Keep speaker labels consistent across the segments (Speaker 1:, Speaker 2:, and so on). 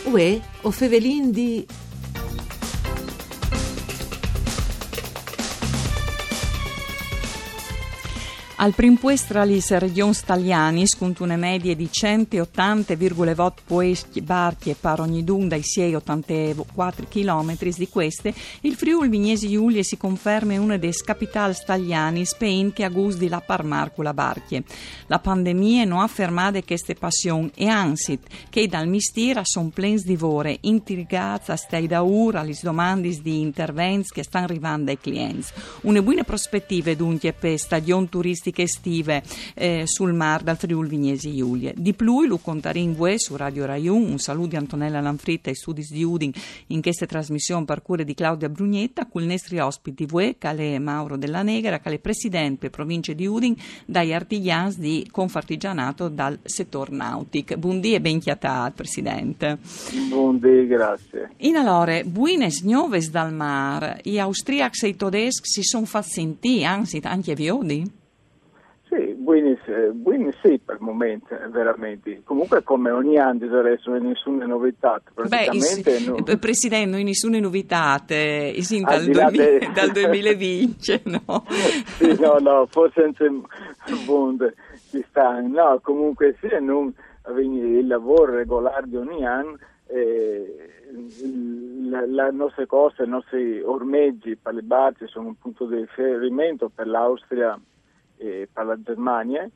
Speaker 1: Uè, o fevelin di...
Speaker 2: Al primpuestralis regions talianis, con una media di 180,8 barche per ogni dun dai 684 km di queste, il Friuli Vignesi Giulie si conferma una delle capitals talianis pein che agusdi la parmarcula barche. La pandemia non ha fermato queste passioni e anzi, che dal mistero sono plens di vore, intrigati stai da ora alle domande di interventi che stanno arrivando ai clienti. Una buona prospettiva dunque per stagioni turistiche estive sul mar dal Friuli Vignesi Giulie. Di più lo contarin voi su Radio Rai 1. Un saluto di Antonella Lanfritta e Studis di Udin in questa trasmissione per cura di Claudia Brugnetta con i nostri ospiti voi, cale Mauro Della Negra, cale presidente per provincia di Udin dai artigiani di Confartigianato dal settore nautic. Buondì e ben chiatat, presidente.
Speaker 3: Buondì, grazie.
Speaker 2: In allora, buines nuoves dal mar, gli austriaci e i tedeschi si sono fatti sentire, anzi anche viodi?
Speaker 3: Sì, buoni sì per il momento, veramente. Comunque come ogni anno adesso non è nessuna novità.
Speaker 2: Praticamente Presidente, non nessuna novità, dal 2020, no?
Speaker 3: Sì, no, forse non ci sta. No, comunque sì, non il lavoro regolare di ogni anno, le nostre coste, i nostri ormeggi per le barche sono un punto di riferimento per l'Austria e per la Germania,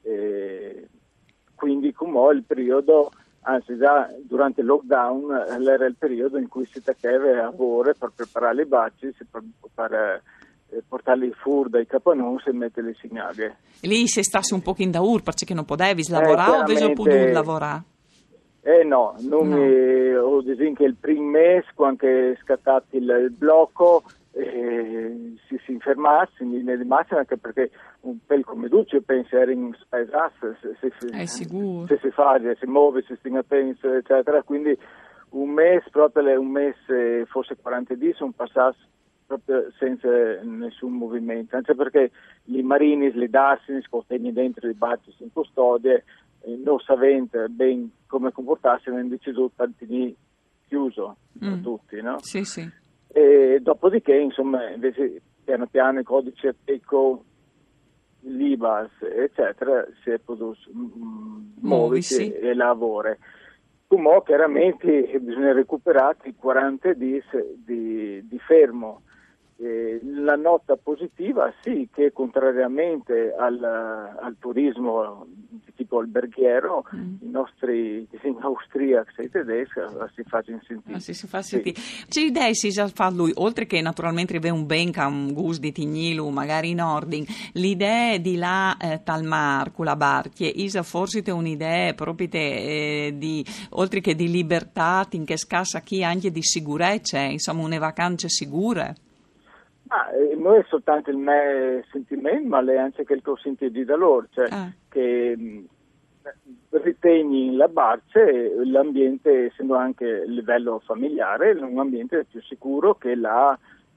Speaker 3: quindi come il periodo, anzi già durante il lockdown era il periodo in cui si tagliava a lavoro per preparare le barche, per portarli fuori dai capanons e metterli in signaghe.
Speaker 2: Lì se stassi un po' in da perché non potevi lavorare o avevi potuto lavorare?
Speaker 3: No, ho detto che il primo mese, quando è scattato il blocco, si fermasse in linea di massima, anche perché un pel come Duce penso era in spaesasse se si fa, si muove, si stinga penso, eccetera, quindi un mese, forse 40 giorni sono passati proprio senza nessun movimento, anche perché i marini, le darsini, scotegni dentro i barci in custodia, non sapendo ben come comportarsi, hanno deciso tanti chiuso per tutti, no?
Speaker 2: Sì, sì.
Speaker 3: E dopodiché, insomma, invece piano piano il codice PECO, l'IBAS, eccetera, si è potuto muoversi e lavorare. Come chiaramente bisogna recuperare i 40 giorni di fermo. La nota positiva sì che contrariamente al turismo di tipo alberghiero i nostri austriaci e tedeschi si facciano sentire.
Speaker 2: Si fa sentire. C'è idea si fa lui, oltre che naturalmente avere un ben un gusto di Tignilu, magari in ordine, l'idea di là tal mar con la barchia, isa forse è un'idea proprio di oltre che di libertà, in che scassa chi anche di sicurezza, insomma una vacanza sicura.
Speaker 3: Non è soltanto il mio sentimento, ma è anche quel che ho sentito da loro, cioè che ritegni la barca, l'ambiente, essendo anche a livello familiare, è un ambiente più sicuro che l'Ase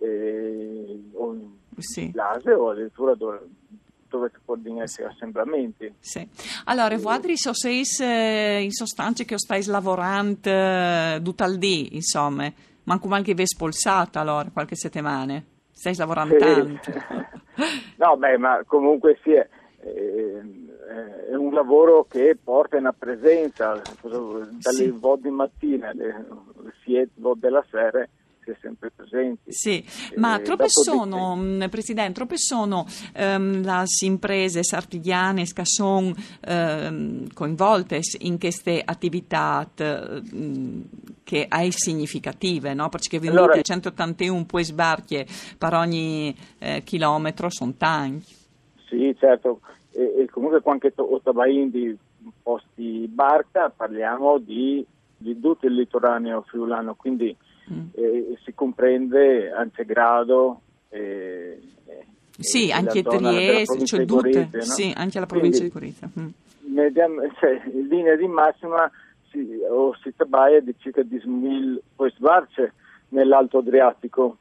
Speaker 3: o addirittura dove si possono essere assemblamenti.
Speaker 2: Sì. Allora, Vuadri, so sei in sostanza che stai lavorando tutto il dì, insomma, manco mal che vi spolsata allora qualche settimana. Stai lavorando tanto.
Speaker 3: No, ma comunque sì, è un lavoro che porta una presenza, dalle VOD di mattina alle 7 VOD della sera, si è sempre presenti.
Speaker 2: Sì, ma troppe sono, Presidente, troppe sono le imprese artigiane che sono coinvolte in queste attività che è significative, no? Perché venite 181 poi sbarche per ogni chilometro sono tanti.
Speaker 3: Sì, certo, e comunque quando ottabain di posti barca parliamo di tutto il litoraneo friulano, quindi si comprende Antegrado
Speaker 2: sì, anche Trieste, cioè tutte, no? Sì, anche la provincia di Gorizia.
Speaker 3: In linea di massima si tratta di circa 10.000 barche nell'Alto Adriatico.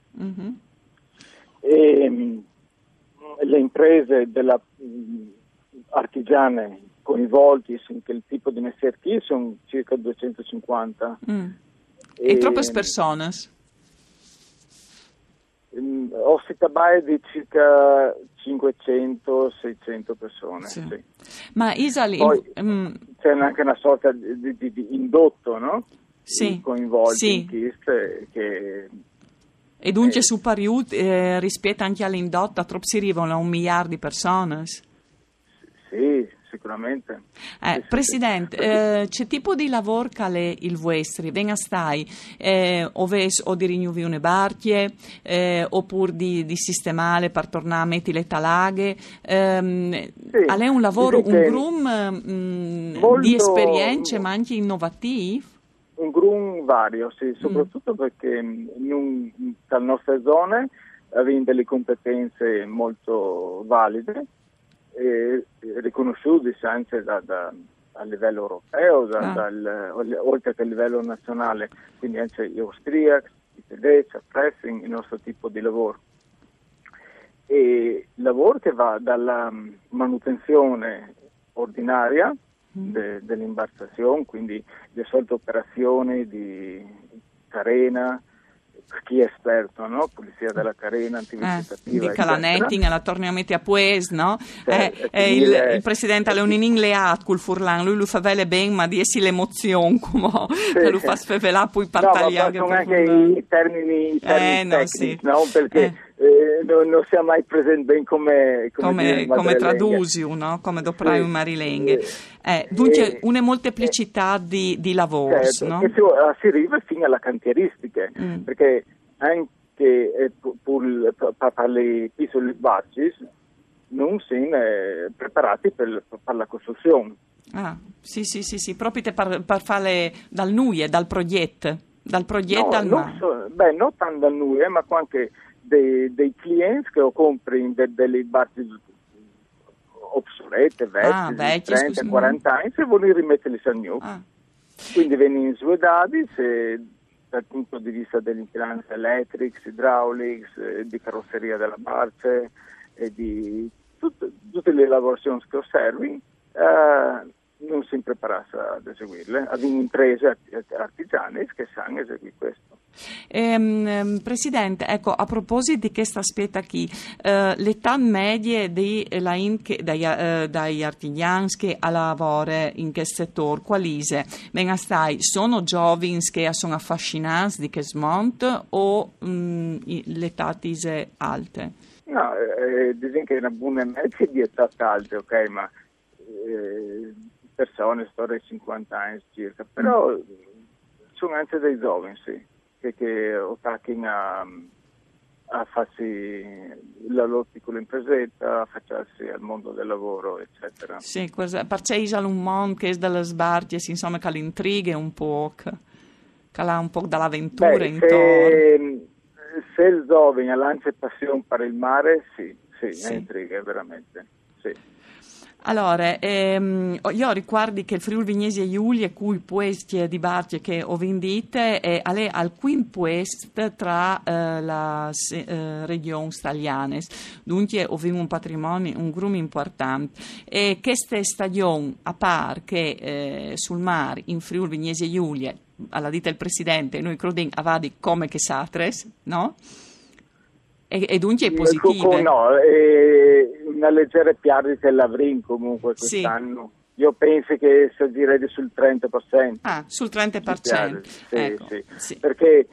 Speaker 3: E le imprese artigiane coinvolti, che il tipo di mestiere che sono circa 250.
Speaker 2: E troppe persone?
Speaker 3: Ospitabai di circa 500-600 persone.
Speaker 2: Sì.
Speaker 3: Sì.
Speaker 2: Ma Isali...
Speaker 3: Poi c'è anche una sorta di indotto, no?
Speaker 2: Sì.
Speaker 3: Coinvolti in KIST che...
Speaker 2: E dunque su Pariut rispetto anche all'indotta, troppo si arrivano a 1 miliardo di persone?
Speaker 3: Sì, sicuramente. Sì,
Speaker 2: Presidente, c'è tipo di lavoro che il vostro? Venga stai, o di rinnovare le barche, oppure di sistemare per tornare a mettere le talaghe? È un lavoro, un grum di esperienze ma anche innovativo?
Speaker 3: Un grum vario, sì, soprattutto perché dalle nostre zone abbiamo delle competenze molto valide e riconosciute anche a livello europeo, oltre che a livello nazionale, quindi anche gli austriaci, i tedeschi, pressing, il nostro tipo di lavoro. E lavoro che va dalla manutenzione ordinaria dell'imbarcazione, quindi le solite operazioni di carena, chi è esperto, no? Pulizia della carena, antivegetativa,
Speaker 2: dica la netting, la torniamo a Pues, no? Il presidente Leonin le ha col Furlan, lui lo fa bene bene, ma di essi l'emozione, come lo fa sfevelare poi partagliare.
Speaker 3: No, ma sono anche i termini tecnici, no? Perché non sia mai presente ben come
Speaker 2: tradusi, no? Come doprai un marilenghe. Dunque una molteplicità di lavori,
Speaker 3: certo,
Speaker 2: no?
Speaker 3: E si arriva fino alla cantieristica, perché anche per le piccole barche non sono preparati per la costruzione.
Speaker 2: Sì, proprio per fare dal NUE, dal progetto al mare.
Speaker 3: Non tanto dal NUE, ma anche dei clienti che comprano delle barche obsolete, vecchie, 30-40 anni, se vogliono rimetterli a new. Quindi vengono svedati dal punto di vista dell'impianto elettrics, hydraulics, di carrozzeria della barca e di tutte le lavorazioni che osservi, non si preparasse ad eseguirle. Abbiamo imprese artigiane che sanno eseguire questo.
Speaker 2: Presidente, ecco, a proposito di questo aspetto qui, l'età media dagli artigiani che lavorano in questo settore, qualise? Sono giovani che sono affascinati di questo mondo o l'età alte? No,
Speaker 3: dicono che è una buona media di età alte, ok, ma persone storie 50 anni circa, però sono anche dei giovani, sì, che attaccano a farsi la loro piccola impresetta, a facciarsi al mondo del lavoro, eccetera.
Speaker 2: Sì, perché c'è un mondo che è dalle sbarche, insomma, che l'intriga un po', che ha un po' dall'avventura intorno.
Speaker 3: Se il giovane lancia passione per il mare, sì, è intriga, veramente, sì.
Speaker 2: Allora, io ricordo che il Friuli Vignesi Giulia, cui puesti di barche che ho vendite, è al quinto posto tra le regioni italiane. Dunque, abbiamo un patrimonio, un gruppo importante. E queste stagioni, a parte che sul mare, in Friuli Vignesi Giulia, alla dita il presidente, noi crediamo avadi come che satres, no? E dunque è positivo.
Speaker 3: No, una leggera perdita l'avremo comunque quest'anno. Sì. Io penso che si aggirerebbe sul 30%.
Speaker 2: Sul 30%.
Speaker 3: Sì,
Speaker 2: ecco,
Speaker 3: sì. Perché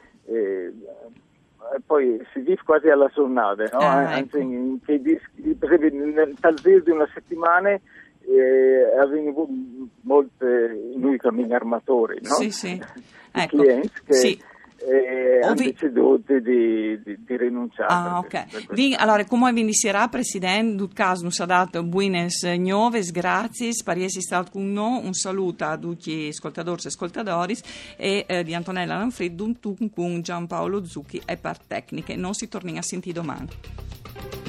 Speaker 3: poi si vive quasi alla giornata, no? Anzi, ecco. Per esempio, nel giro di una settimana abbiamo avuto molte, noi cammini armatori, no?
Speaker 2: Sì. Ecco.
Speaker 3: Clienti che hanno deciso di rinunciare.
Speaker 2: Ok. Allora, come vi sarà, Presidente, in tutto caso, non si è dato buenas nuoves, grazie, per essere stato con noi, un saluto a tutti gli ascoltatori e ascoltatori e di Antonella Lanfrid, con Giampaolo Zucchi e per tecniche. Non si torna a sentire domani.